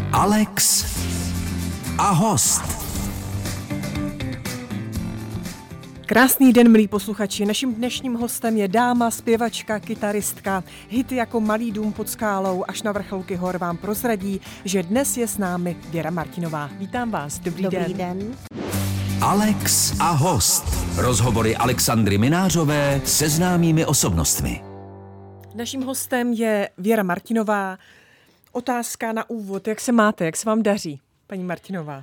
Alex a host. Krásný den, milí posluchači. Naším dnešním hostem je dáma, zpěvačka, kytaristka. Hity jako Malý dům pod skálou až na vrcholky hor vám prozradí, že dnes je s námi Věra Martinová. Vítám vás. Dobrý den. Alex a host. Rozhovory Alexandry Minářové se známými osobnostmi. Naším hostem je Věra Martinová. Otázka na úvod. Jak se máte? Jak se vám daří, paní Martinová?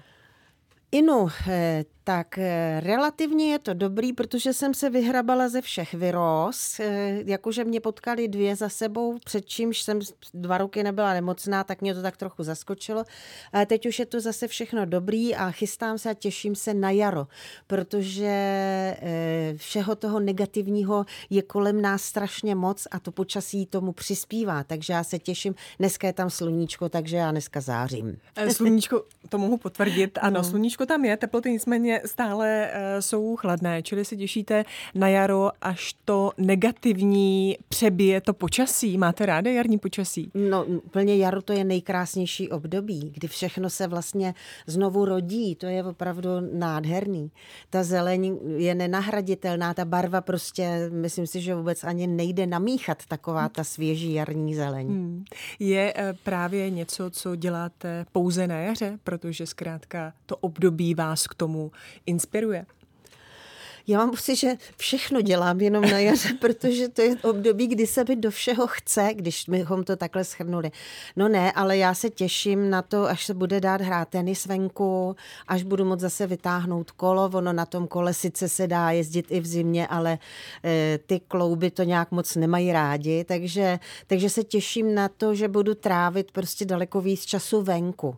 Tak relativně je to dobrý, protože jsem se vyhrabala ze všech viróz, jakože mě potkali 2 za sebou, před čímž jsem 2 roky nebyla nemocná, tak mě to tak trochu zaskočilo. Ale teď už je to zase všechno dobrý a chystám se a těším se na jaro, protože všeho toho negativního je kolem nás strašně moc a to počasí tomu přispívá, takže já se těším. Dneska je tam sluníčko, takže já dneska zářím. Sluníčko, to mohu potvrdit, ano, sluníčko tam je, teploty nicméně stále jsou chladné, čili si těšíte na jaro, až to negativní přebije to počasí. Máte ráda jarní počasí? No, úplně jaro to je nejkrásnější období, kdy všechno se vlastně znovu rodí, to je opravdu nádherný. Ta zeleň je nenahraditelná, ta barva prostě, myslím si, že vůbec ani nejde namíchat taková ta svěží jarní zeleň. Je právě něco, co děláte pouze na jaře, protože zkrátka to období vás k tomu inspiruje? Já mám pocit, že všechno dělám jenom na jaře, protože to je období, kdy se mi do všeho chce, když bychom to takhle shrnuli. No ne, ale já se těším na to, až se bude dát hrát tenis venku, až budu moct zase vytáhnout kolo. Ono na tom kole sice se dá jezdit i v zimě, ale ty klouby to nějak moc nemají rádi, takže se těším na to, že budu trávit prostě daleko víc času venku.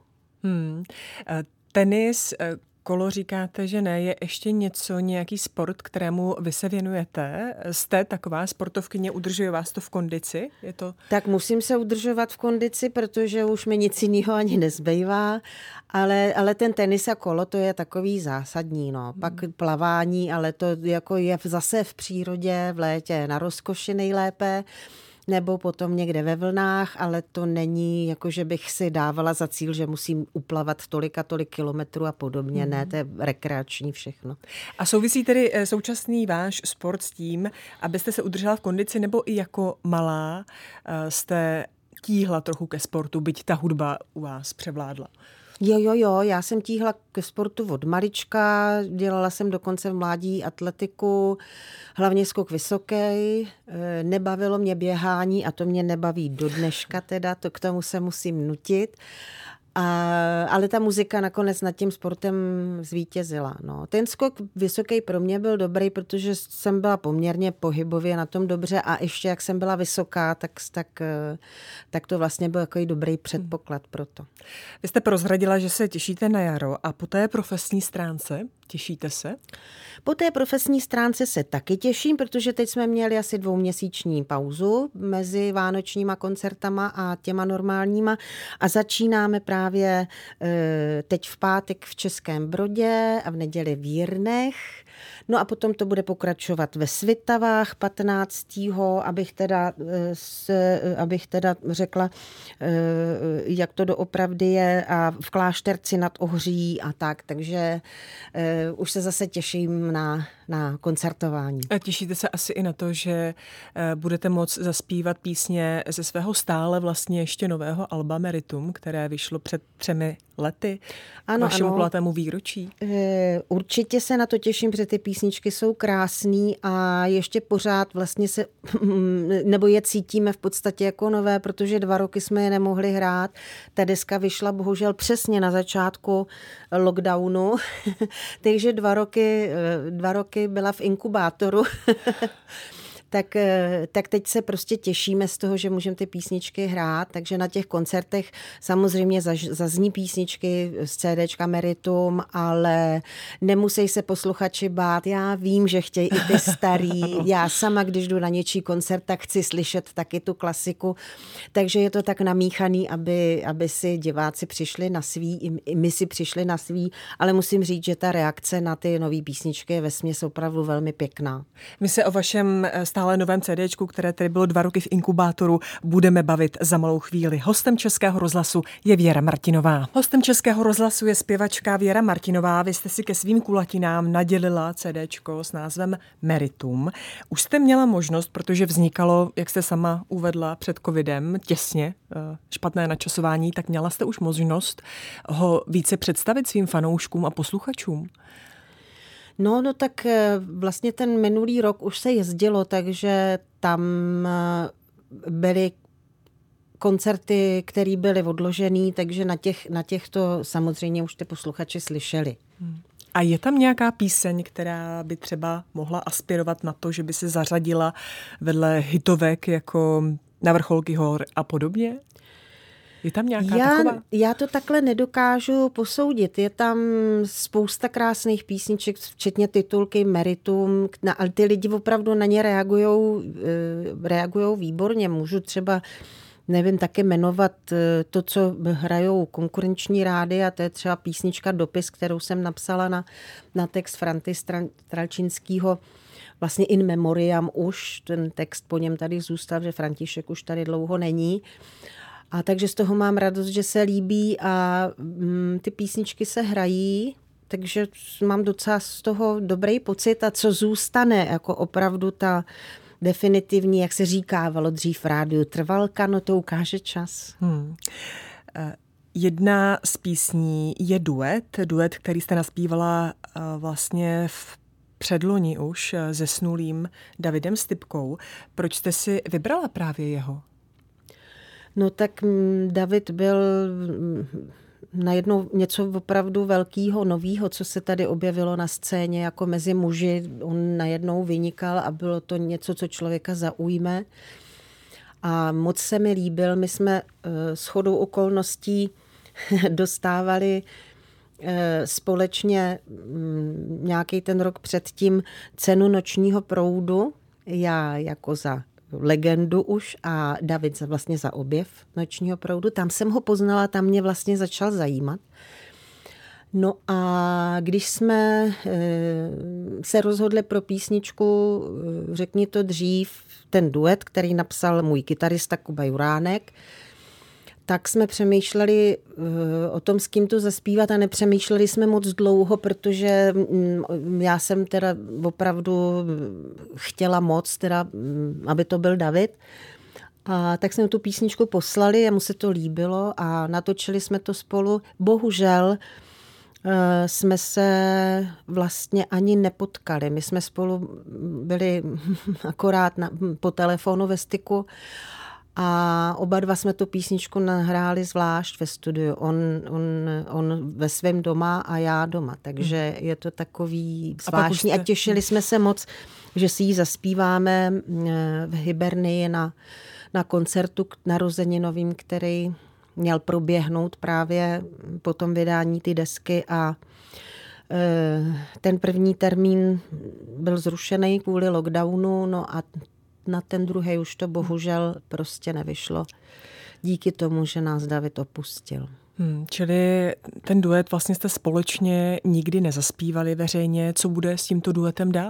Tenis, kolo říkáte, že ne. Je ještě něco, nějaký sport, kterému vy se věnujete? Jste taková sportovkyně, udržuje vás to v kondici? Je to... Tak musím se udržovat v kondici, protože už mi nic jiného ani nezbývá, ale ten tenis a kolo, to je takový zásadní. No. Pak plavání, ale to jako je zase v přírodě, v létě na rozkoši nejlépe, nebo potom někde ve vlnách, ale to není jako, že bych si dávala za cíl, že musím uplavat tolik a tolik kilometrů a podobně. Ne, to je rekreační všechno. A souvisí tedy současný váš sport s tím, abyste se udržela v kondici, nebo i jako malá jste tíhla trochu ke sportu, byť ta hudba u vás převládla? Jo, já jsem tíhla ke sportu od malička, dělala jsem dokonce v mládí atletiku, hlavně skok vysoký, nebavilo mě běhání a to mě nebaví do dneška teda, to k tomu se musím nutit. Ale ta muzika nakonec nad tím sportem zvítězila. No. Ten skok vysoký pro mě byl dobrý, protože jsem byla poměrně pohybově na tom dobře a ještě jak jsem byla vysoká, tak to vlastně byl takový dobrý předpoklad pro to. Vy jste prozradila, že se těšíte na jaro a po té profesní stránce těšíte se? Po té profesní stránce se taky těším, protože teď jsme měli asi 2měsíční pauzu mezi vánočníma koncertama a těma normálníma a začínáme právě teď v pátek v Českém Brodě a v neděli v Jirnech. No a potom to bude pokračovat ve Svitavách 15. abych teda řekla, jak to doopravdy je a v Klášterci nad Ohří a tak, takže už se zase těším na koncertování. A těšíte se asi i na to, že budete moct zaspívat písně ze svého stále vlastně ještě nového alba Meritum, které vyšlo před 3 lety, vašemu kulatému výročí? Určitě se na to těším, protože ty písničky jsou krásný a ještě pořád vlastně nebo je cítíme v podstatě jako nové, protože 2 roky jsme je nemohli hrát. Ta deska vyšla bohužel přesně na začátku lockdownu, takže 2 roky byla v inkubátoru. Tak teď se prostě těšíme z toho, že můžeme ty písničky hrát, takže na těch koncertech samozřejmě zazní písničky z CDčka Meritum, ale nemusí se posluchači bát. Já vím, že chtějí i ty starý. Já sama, když jdu na něčí koncert, tak chci slyšet taky tu klasiku. Takže je to tak namíchaný, aby si diváci přišli na svý, i my si přišli na svý, ale musím říct, že ta reakce na ty nové písničky je vesměs opravdu velmi pěkná. My se o vašem stále stále novém CDčku, které tedy bylo 2 roky v inkubátoru, budeme bavit za malou chvíli. Hostem Českého rozhlasu je Věra Martinová. Hostem Českého rozhlasu je zpěvačka Věra Martinová. Vy jste si ke svým kulatinám nadělila CDčko s názvem Meritum. Už jste měla možnost, protože vznikalo, jak jste sama uvedla, před covidem, těsně špatné načasování, tak měla jste už možnost ho více představit svým fanouškům a posluchačům? No tak vlastně ten minulý rok už se jezdilo, takže tam byly koncerty, které byly odložené, takže na těchto samozřejmě už ty posluchači slyšeli. A je tam nějaká píseň, která by třeba mohla aspirovat na to, že by se zařadila vedle hitovek jako Na vrcholky hor a podobně? Je tam nějaká taková? Já to takhle nedokážu posoudit. Je tam spousta krásných písniček, včetně titulky Meritum, ale ty lidi opravdu na ně reagujou výborně. Můžu třeba, nevím, taky jmenovat to, co hrajou konkurenční rády, a to je třeba písnička Dopis, kterou jsem napsala na text Franty Stralčínskýho, vlastně in memoriam už, ten text po něm tady zůstal, že František už tady dlouho není. A takže z toho mám radost, že se líbí a ty písničky se hrají, takže mám docela z toho dobrý pocit. A co zůstane, jako opravdu ta definitivní, jak se říkávalo dřív v rádiu, trvalka, no to ukáže čas. Jedna z písní je duet, který jste naspívala vlastně v předloni už zesnulým Davidem Stypkou. Proč jste si vybrala právě jeho? No tak David byl najednou něco opravdu velkého, nového, co se tady objevilo na scéně jako mezi muži. On najednou vynikal a bylo to něco, co člověka zaujme. A moc se mi líbil. My jsme shodou okolností dostávali společně nějaký ten rok předtím cenu Nočního proudu. Já jako za legendu už a David vlastně za objev Nočního proudu. Tam jsem ho poznala, tam mě vlastně začal zajímat. No a když jsme se rozhodli pro písničku Řekni to dřív, ten duet, který napsal můj kytarista Kuba Juránek, tak jsme přemýšleli o tom, s kým to zaspívat a nepřemýšleli jsme moc dlouho, protože já jsem teda opravdu chtěla moc, teda, aby to byl David. A tak jsme tu písničku poslali a mu se to líbilo a natočili jsme to spolu. Bohužel jsme se vlastně ani nepotkali. My jsme spolu byli akorát po telefonu ve styku a oba dva jsme tu písničku nahráli zvlášť ve studiu. On ve svém doma a já doma. Takže je to takový zvláštní. A těšili jsme se moc, že si ji zaspíváme v Hybernii na koncertu narozeninovým, který měl proběhnout právě po tom vydání ty desky a ten první termín byl zrušený kvůli lockdownu, no a na ten druhý už to bohužel prostě nevyšlo. Díky tomu, že nás David opustil. Čili ten duet vlastně jste společně nikdy nezaspívali veřejně. Co bude s tímto duetem dál?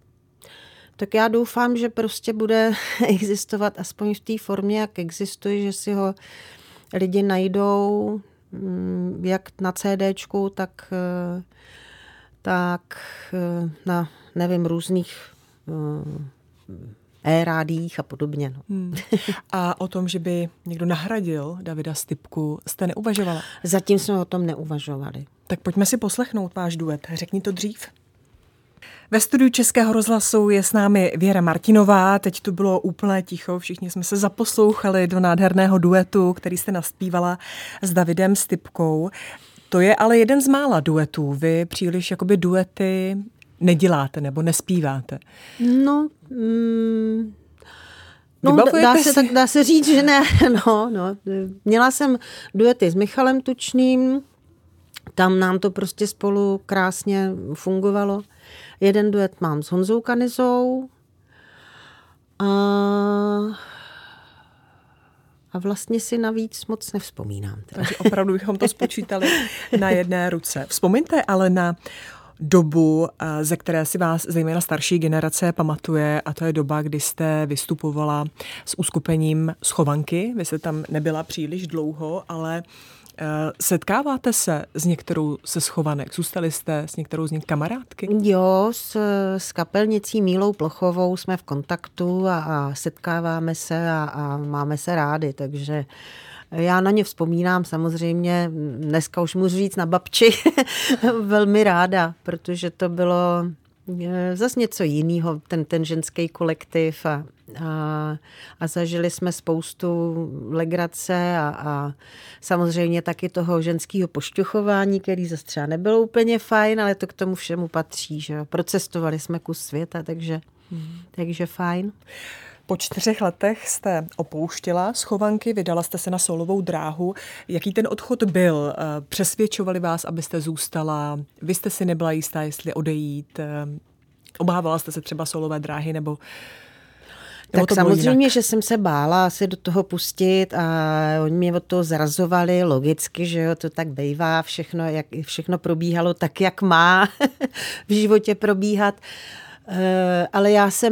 Tak já doufám, že prostě bude existovat aspoň v té formě, jak existuje, že si ho lidi najdou, jak na CDčku, tak na, nevím, různých e-rádiích a podobně. No. A o tom, že by někdo nahradil Davida Stypku, jste neuvažovala? Zatím jsme o tom neuvažovali. Tak pojďme si poslechnout váš duet. Řekni to dřív. Ve studiu Českého rozhlasu je s námi Věra Martinová. Teď tu bylo úplné ticho, všichni jsme se zaposlouchali do nádherného duetu, který jste naspívala s Davidem Stypkou. To je ale jeden z mála duetů. Vy příliš jakoby duety neděláte nebo nespíváte. Dá se říct, že ne. No. Měla jsem duety s Michalem Tučným, tam nám to prostě spolu krásně fungovalo. Jeden duet mám s Honzou Kanizou a vlastně si navíc moc nevzpomínám. Takže opravdu bychom to spočítali na jedné ruce. Vzpomeňte ale na dobu, ze které si vás zejména starší generace pamatuje, a to je doba, kdy jste vystupovala s uskupením Schovanky. Vy jste tam nebyla příliš dlouho, ale setkáváte se s některou ze Schovanek? Zůstali jste s některou z nich kamarádky? Jo, s kapelnicí Mílou Plochovou jsme v kontaktu a setkáváme se a máme se rádi, takže já na ně vzpomínám samozřejmě, dneska už můžu říct na babči, velmi ráda, protože to bylo zase něco jiného, ten ženský kolektiv a zažili jsme spoustu legrace a samozřejmě taky toho ženského pošťuchování, který zase třeba nebylo úplně fajn, ale to k tomu všemu patří, že jo. Procestovali jsme kus světa, takže fajn. Po 4 letech jste opouštěla Schovanky, vydala jste se na solovou dráhu. Jaký ten odchod byl? Přesvědčovali vás, abyste zůstala? Vy jste si nebyla jistá, jestli odejít? Obávala jste se třeba solové dráhy nebo tak samozřejmě, že jsem se bála se do toho pustit a oni mě od toho zrazovali logicky, že jo, to tak bývá, všechno probíhalo tak, jak má v životě probíhat. Ale já jsem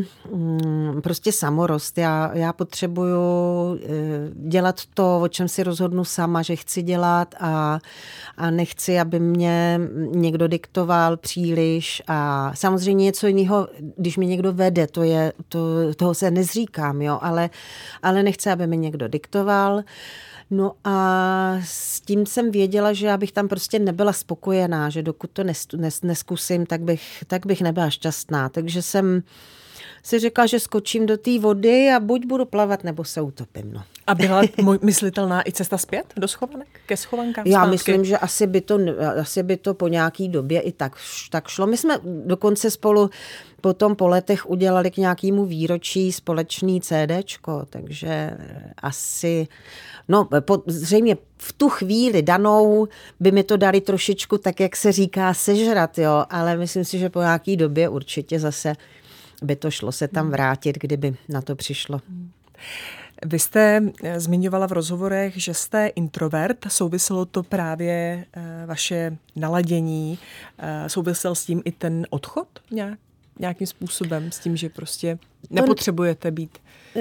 prostě samorost. Já potřebuju dělat to, o čem si rozhodnu sama, že chci dělat a nechci, aby mě někdo diktoval příliš. A samozřejmě něco jiného, když mě někdo vede, toho se nezříkám, jo, ale nechci, aby mi někdo diktoval. No a s tím jsem věděla, že já bych tam prostě nebyla spokojená, že dokud to neskusím, tak bych nebyla šťastná. Takže jsem si řekla, že skočím do té vody a buď budu plavat, nebo se utopím. No. A byla myslitelná i cesta zpět do Schovanek, ke Schovankám? Já myslím, že asi by to po nějaký době i tak šlo. My jsme dokonce spolu potom po letech udělali k nějakému výročí společný CDčko, takže asi... No, zřejmě v tu chvíli danou by mi to dali trošičku tak, jak se říká, sežrat, jo, ale myslím si, že po nějaký době určitě zase by to šlo se tam vrátit, kdyby na to přišlo. Vy jste zmiňovala v rozhovorech, že jste introvert. Souviselo to právě vaše naladění? Souvisel s tím i ten odchod nějakým způsobem? S tím, že prostě nepotřebujete být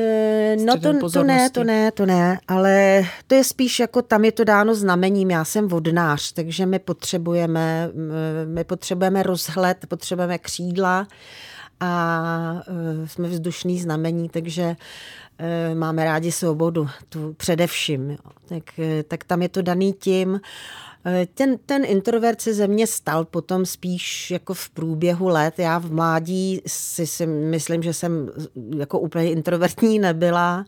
to ne, ale to je spíš jako tam je to dáno znamením. Já jsem vodnář, takže my potřebujeme rozhled, potřebujeme křídla a jsme vzdušný znamení, takže máme rádi svobodu, tu především. Jo. Tak tam je to daný tím. Ten introvert se ze mě stal potom spíš jako v průběhu let. Já v mládí si myslím, že jsem jako úplně introvertní nebyla.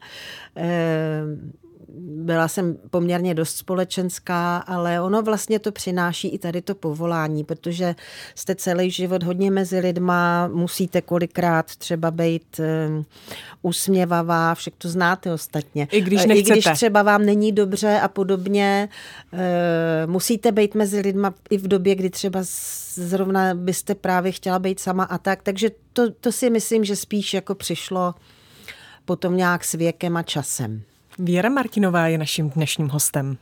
Byla jsem poměrně dost společenská, ale ono vlastně to přináší i tady to povolání, protože jste celý život hodně mezi lidma, musíte kolikrát třeba být usměvavá, však to znáte ostatně. I když nechcete. I když třeba vám není dobře a podobně, musíte být mezi lidma i v době, kdy třeba zrovna byste právě chtěla být sama a tak. Takže to si myslím, že spíš jako přišlo potom nějak s věkem a časem. Věra Martinová je naším dnešním hostem.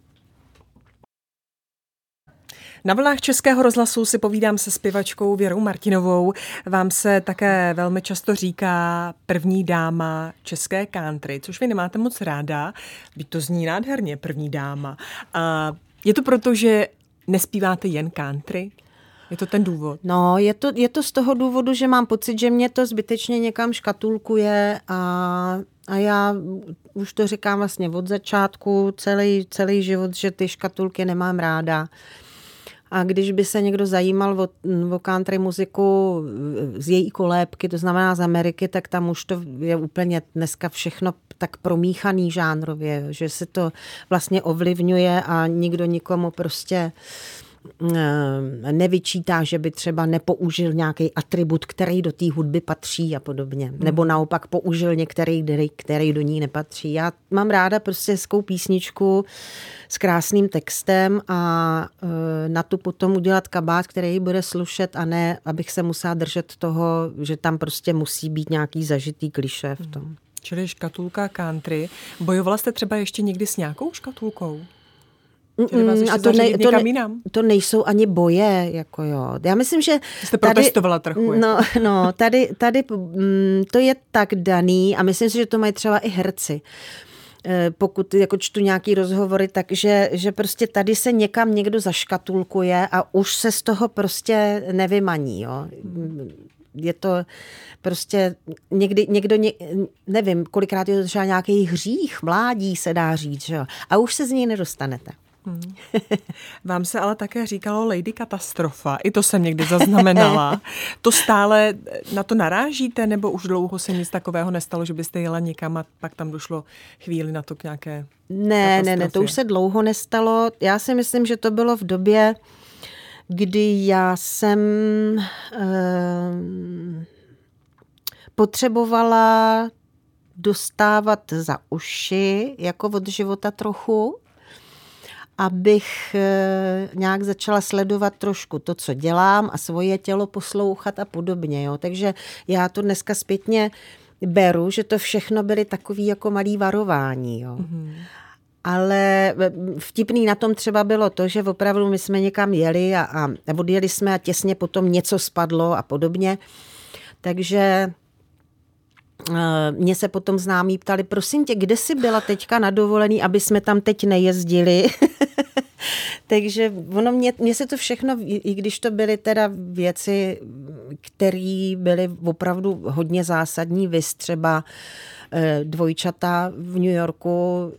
Na vlnách Českého rozhlasu si povídám se zpěvačkou Věrou Martinovou. Vám se také velmi často říká první dáma české country, což vy nemáte moc ráda, byť to zní nádherně, první dáma. A je to proto, že nespíváte jen country? Je to ten důvod? No, je to z toho důvodu, že mám pocit, že mě to zbytečně někam škatulkuje a já už to říkám vlastně od začátku, celý život, že ty škatulky nemám ráda. A když by se někdo zajímal o country muziku z její kolébky, to znamená z Ameriky, tak tam už to je úplně dneska všechno tak promíchaný žánrově, že se to vlastně ovlivňuje a nikdo nikomu prostě nevyčítá, že by třeba nepoužil nějaký atribut, který do té hudby patří a podobně. Nebo naopak použil některý, který do ní nepatří. Já mám ráda prostě hezkou písničku s krásným textem a na tu potom udělat kabát, který bude slušet a ne, abych se musela držet toho, že tam prostě musí být nějaký zažitý klišé v tom. Čili škatulka country. Bojovala jste třeba ještě někdy s nějakou škatulkou? To nejsou ani boje, jako jo. Já myslím, že jste protestovala trochu. Tady to je tak daný a myslím si, že to mají třeba i herci. Pokud jako čtu nějaký rozhovory, takže že prostě tady se někam někdo zaškatulkuje a už se z toho prostě nevymaní. Jo. Je to prostě někdo nevím, kolikrát je to třeba nějaký hřích, mládí se dá říct, že jo. A už se z něj nedostanete. Vám se ale také říkalo Lady Katastrofa, i to jsem někdy zaznamenala. To stále na to narážíte, nebo už dlouho se nic takového nestalo, že byste jela někam a pak tam došlo chvíli na to k nějaké Ne, to už se dlouho nestalo. Já si myslím, že to bylo v době, kdy já jsem potřebovala dostávat za uši, jako od života trochu, abych nějak začala sledovat trošku to, co dělám a svoje tělo poslouchat a podobně. Jo. Takže já to dneska zpětně beru, že to všechno byly takový jako malý varování. Jo. Mm-hmm. Ale vtipný na tom třeba bylo to, že opravdu my jsme někam jeli a odjeli jsme a těsně potom něco spadlo a podobně. Takže mě se potom známí ptali, prosím tě, kde jsi byla teďka na dovolený, aby jsme tam teď nejezdili. Takže ono mě se to všechno, i když to byly teda věci, které byly opravdu hodně zásadní, viz třeba dvojčata v New Yorku,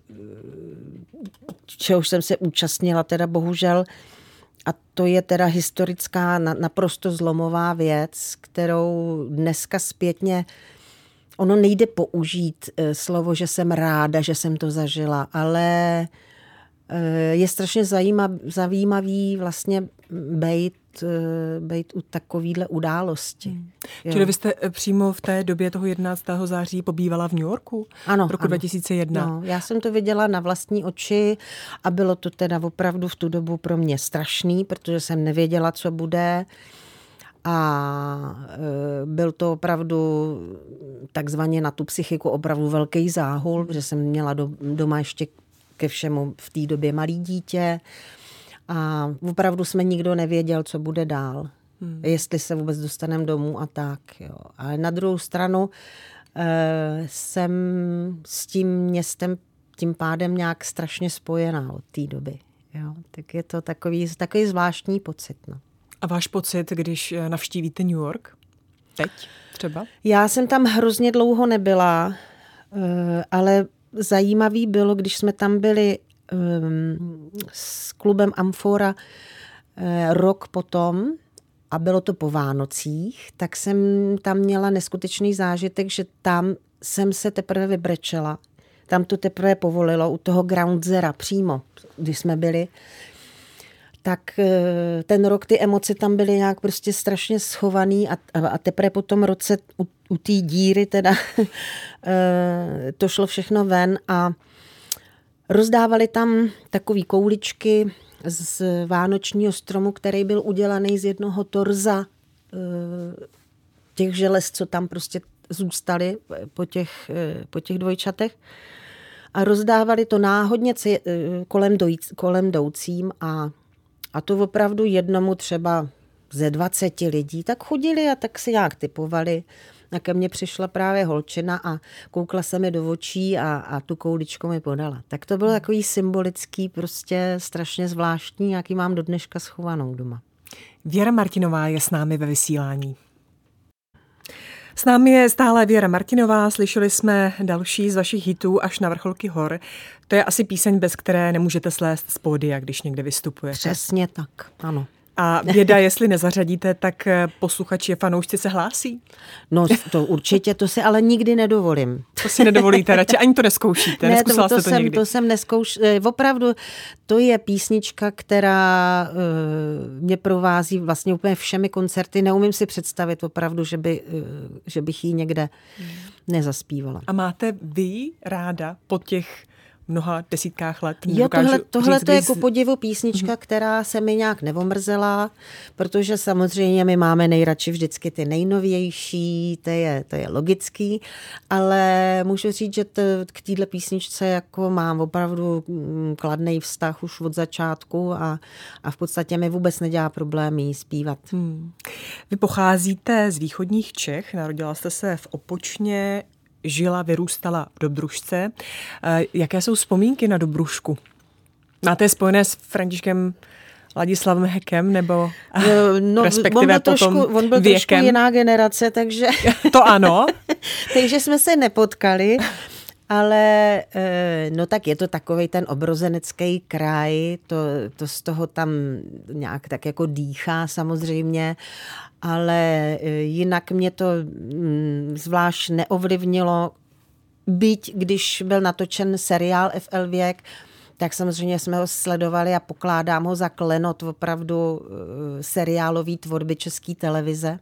čehož jsem se účastnila teda bohužel, a to je teda historická, naprosto zlomová věc, kterou dneska zpětně ono nejde použít slovo, že jsem ráda, že jsem to zažila, ale je strašně zajímavý vlastně bejt u takovýhle události. Čili vy jste přímo v té době toho 11. září pobývala v New Yorku? Ano. V roku 2001? No, já jsem to viděla na vlastní oči a bylo to teda opravdu v tu dobu pro mě strašný, protože jsem nevěděla, co bude. A byl to opravdu takzvaně na tu psychiku opravdu velký záhul, že jsem měla doma ještě ke všemu v té době malý dítě a opravdu jsme nikdo nevěděl, co bude dál. Jestli se vůbec dostaneme domů a tak. Jo. Ale na druhou stranu jsem s tím městem tím pádem nějak strašně spojená od té doby. Jo. Tak je to takový zvláštní pocit. No. A váš pocit, když navštívíte New York? Teď třeba? Já jsem tam hrozně dlouho nebyla, ale zajímavý bylo, když jsme tam byli s klubem Amfora rok potom a bylo to po Vánocích, tak jsem tam měla neskutečný zážitek, že tam jsem se teprve vybrečela. Tam to teprve povolilo u toho Ground Zera přímo, když jsme byli. Tak ten rok ty emoce tam byly nějak prostě strašně schovaný a teprve po tom roce u té díry teda to šlo všechno ven a rozdávali tam takový kouličky z vánočního stromu, který byl udělaný z jednoho torza těch želez, co tam prostě zůstaly po těch dvojčatech. A rozdávali to náhodně kolem jdoucím a to opravdu jednomu třeba ze 20 lidí, tak chodili a tak si nějak typovali. A ke mně přišla právě holčina a koukla se mi do očí a tu kouličku mi podala. Tak to bylo takový symbolický, prostě strašně zvláštní, jaký mám do dneška schovanou doma. Věra Martinová je s námi ve vysílání. S námi je stále Věra Martinová, slyšeli jsme další z vašich hitů Až na vrcholky hor. To je asi píseň, bez které nemůžete slést z pódia, když někde vystupujete. Přesně tak, ano. A běda, jestli nezařadíte, tak posluchači a fanoušci se hlásí? No to určitě, to si ale nikdy nedovolím. To si nedovolíte, radši ani to neskoušíte. Ne, to jsem neskoušela. Opravdu, to je písnička, která mě provází vlastně úplně všemi koncerty. Neumím si představit opravdu, že bych ji někde nezaspívala. A máte vy ráda po těch mnoha desítkách let. Jo, tohle to je ku podivu písnička, která se mi nějak nevomrzela, protože samozřejmě my máme nejradši vždycky ty nejnovější, to je logický, ale můžu říct, že k téhle písničce jako mám opravdu kladný vztah už od začátku a v podstatě mi vůbec nedělá problém jí zpívat. Vy pocházíte z východních Čech, narodila jste se v Opočně, žila, vyrůstala v Dobrušce. Jaké jsou vzpomínky na Dobrušku? Máte je spojené s Františkem Ladislavem Hekem, nebo respektive on byl trošku jiná generace, takže... To ano. Takže jsme se nepotkali, ale no tak je to takovej ten obrozenecký kraj, to z toho tam nějak tak jako dýchá samozřejmě, ale jinak mě to zvlášť neovlivnilo, byť když byl natočen seriál FL Věk, tak samozřejmě jsme ho sledovali a pokládám ho za klenot opravdu seriálový tvorby České televize.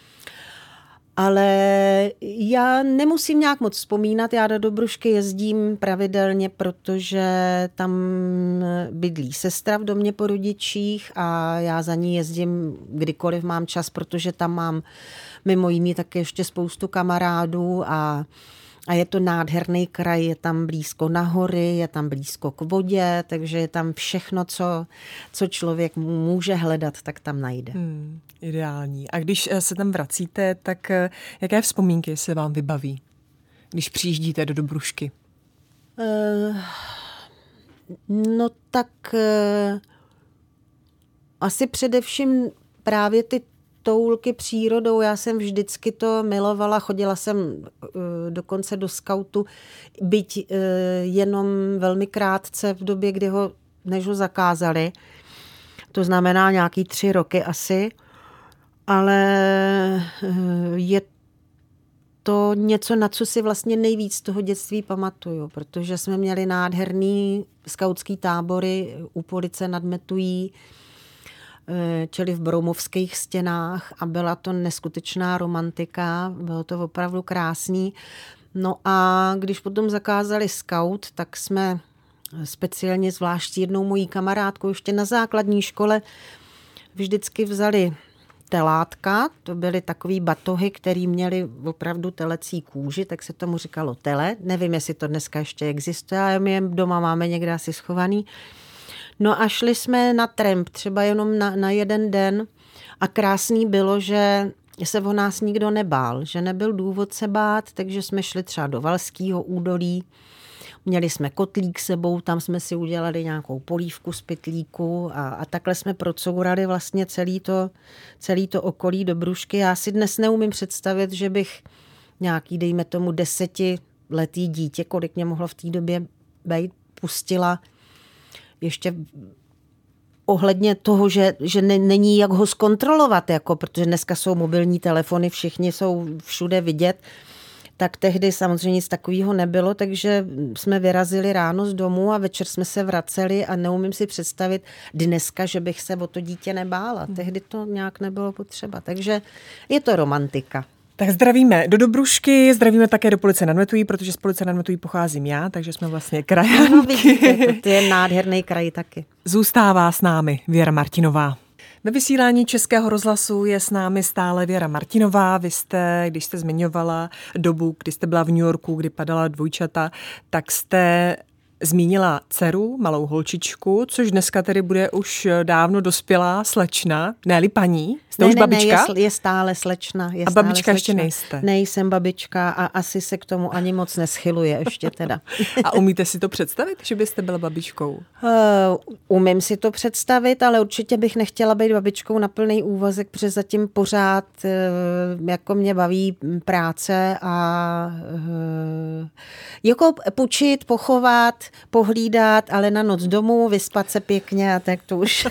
Ale já nemusím nějak moc vzpomínat, já do Dobrušky jezdím pravidelně, protože tam bydlí sestra v domě po rodičích a já za ní jezdím kdykoliv mám čas, protože tam mám mimo jiný taky ještě spoustu kamarádů a je to nádherný kraj, je tam blízko na hory, je tam blízko k vodě, takže je tam všechno, co člověk může hledat, tak tam najde. Ideální. A když se tam vracíte, tak jaké vzpomínky se vám vybaví, když přijíždíte do Dobrušky? No tak asi především právě ty toulky přírodou. Já jsem vždycky to milovala, chodila jsem dokonce do skautu, byť jenom velmi krátce v době, než ho zakázali. To znamená nějaký 3 roky asi, ale je to něco, na co si vlastně nejvíc z toho dětství pamatuju, protože jsme měli nádherný skautský tábory u Police nad Metují, čili v Broumovských stěnách a byla to neskutečná romantika, bylo to opravdu krásný. No a když potom zakázali skaut, tak jsme speciálně zvlášť jednou mojí kamarádkou ještě na základní škole vždycky vzali telátka, to byly takový batohy, který měly opravdu telecí kůži, tak se tomu říkalo tele. Nevím, jestli to dneska ještě existuje, ale my je doma máme někde asi schovaný. No a šli jsme na tramp, třeba jenom na jeden den a krásný bylo, že se o nás nikdo nebál, že nebyl důvod se bát, takže jsme šli třeba do Valského údolí, měli jsme kotlík sebou, tam jsme si udělali nějakou polívku z pytlíku a takhle jsme procourali vlastně celý to okolí Dobrušky. Já si dnes neumím představit, že bych nějaký, dejme tomu 10letý dítě, kolik mě mohlo v té době být, pustila ještě ohledně toho, že není jak ho zkontrolovat, jako, protože dneska jsou mobilní telefony, všichni jsou všude vidět, tak tehdy samozřejmě nic takového nebylo, takže jsme vyrazili ráno z domu a večer jsme se vraceli a neumím si představit dneska, že bych se o to dítě nebála. Tehdy to nějak nebylo potřeba, takže je to romantika. Tak zdravíme do Dobrušky, zdravíme také do Police nad Metují, protože z Police nad Metují pocházím já, takže jsme vlastně krajánky. No vidíte, to je nádherný kraj taky. Zůstává s námi Věra Martinová. Ve vysílání Českého rozhlasu je s námi stále Věra Martinová. Vy jste, když jste zmiňovala dobu, kdy jste byla v New Yorku, kdy padala dvojčata, tak jste zmínila dceru, malou holčičku, což dneska tedy bude už dávno dospělá slečna, ne-li paní? Jste už babička? Ne, je stále slečna. A babička ještě nejste? Nejsem babička a asi se k tomu ani moc neschyluje ještě teda. A umíte si to představit, že byste byla babičkou? Umím si to představit, ale určitě bych nechtěla být babičkou na plný úvazek, protože zatím pořád jako mě baví práce a jako půjčit, pochovat, pohlídat, ale na noc domů, vyspat se pěkně a tak to už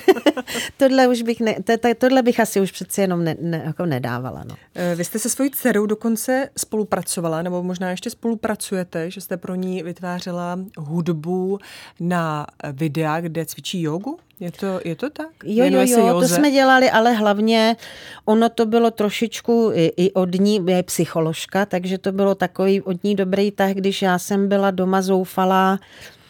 tohle bych asi už přeci jenom jako nedávala. No. Vy jste se svojí dcerou dokonce spolupracovala, nebo možná ještě spolupracujete, že jste pro ní vytvářela hudbu na videa, kde cvičí jogu? Je to tak? Jo, to jsme dělali, ale hlavně ono to bylo trošičku i od ní, je psycholožka, takže to bylo takový od ní dobrý tah, když já jsem byla doma zoufalá,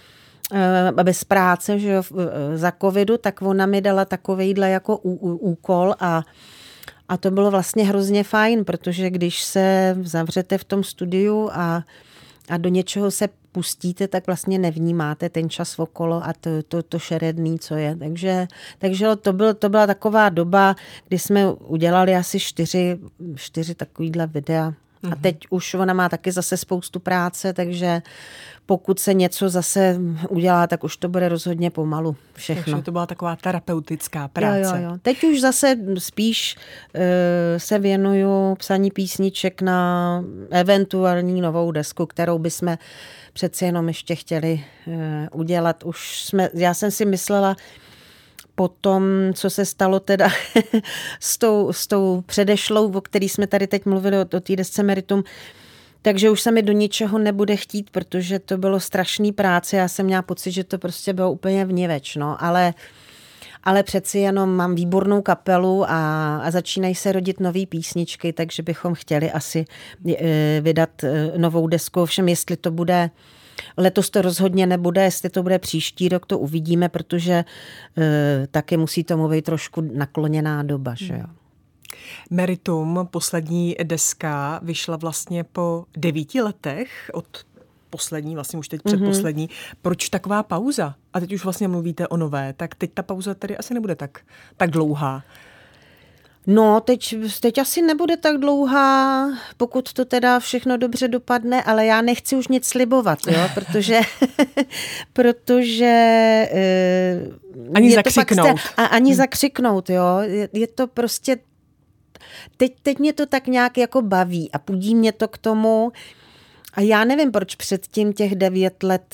bez práce, že jo, za covidu, tak ona mi dala takovejhle jako úkol a to bylo vlastně hrozně fajn, protože když se zavřete v tom studiu a do něčeho se pustíte, tak vlastně nevnímáte ten čas okolo a to šeredný, co je. Takže to byla taková doba, kdy jsme udělali asi 4 takovýhle videa. A teď už ona má taky zase spoustu práce, takže pokud se něco zase udělá, tak už to bude rozhodně pomalu všechno. Takže to byla taková terapeutická práce. Jo. Teď už zase spíš se věnuju psaní písniček na eventuální novou desku, kterou bychom přeci jenom ještě chtěli udělat. Já jsem si myslela, po tom, co se stalo teda s tou předešlou, o který jsme tady teď mluvili, o té desce Meritum, takže už se mi do ničeho nebude chtít, protože to bylo strašný práce. Já jsem měla pocit, že to prostě bylo úplně vniveč, no. Ale přeci jenom mám výbornou kapelu a začínají se rodit nový písničky, takže bychom chtěli asi vydat novou desku. Ovšem, jestli to bude letos, to rozhodně nebude, jestli to bude příští rok, to uvidíme, protože taky musí tomu být trošku nakloněná doba, že jo. Meritum, poslední deska, vyšla vlastně po 9 letech od poslední, vlastně už teď předposlední. Proč taková pauza? A teď už vlastně mluvíte o nové, tak teď ta pauza tedy asi nebude tak dlouhá. No, teď asi nebude tak dlouhá, pokud to teda všechno dobře dopadne, ale já nechci už nic slibovat, jo, protože ani zakřiknout. Ani zakřiknout, jo. Je to prostě teď mě to tak nějak jako baví a pudí mě to k tomu. A já nevím, proč předtím těch 9 let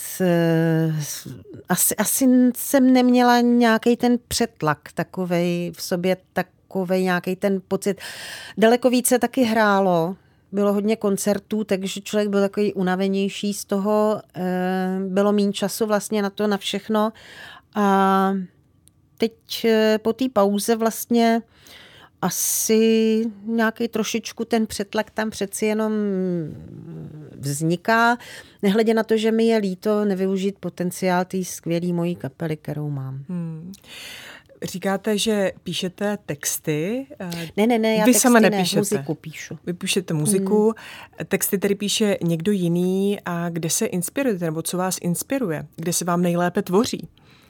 asi jsem neměla nějaký ten přetlak takovej v sobě, takovej nějaký ten pocit. Daleko více taky hrálo, bylo hodně koncertů, takže člověk byl takový unavenější z toho, bylo méně času vlastně na všechno. A teď po té pauze vlastně asi nějaký trošičku ten přetlak tam přeci jenom vzniká. Nehledě na to, že mi je líto nevyužít potenciál té skvělé mojí kapely, kterou mám. Říkáte, že píšete texty. Ne, já vy texty sama nepíšete. Muziku píšu. Vy píšete muziku, texty tedy píše někdo jiný a kde se inspirujete, nebo co vás inspiruje? Kde se vám nejlépe tvoří?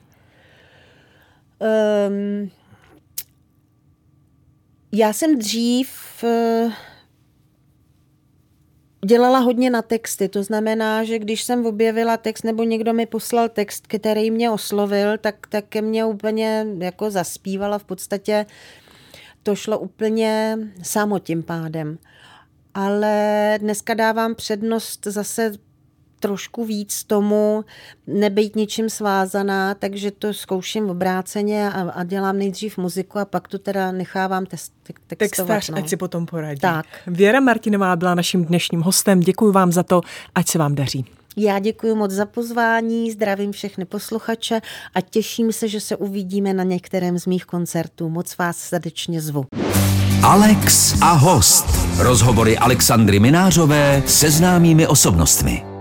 Já jsem dřív dělala hodně na texty, to znamená, že když jsem objevila text nebo někdo mi poslal text, který mě oslovil, tak ke mně úplně jako zaspívala, v podstatě to šlo úplně samo tím pádem. Ale dneska dávám přednost zase trošku víc tomu, nebejt ničím svázaná, takže to zkouším obráceně a dělám nejdřív muziku a pak to teda nechávám textovat. Textař, ať si potom poradí. Tak. Věra Martinová byla naším dnešním hostem. Děkuji vám za to, ať se vám daří. Já děkuji moc za pozvání, zdravím všechny posluchače a těším se, že se uvidíme na některém z mých koncertů. Moc vás srdečně zvu. Alex a host. Rozhovory Alexandry Minářové se známými osobnostmi.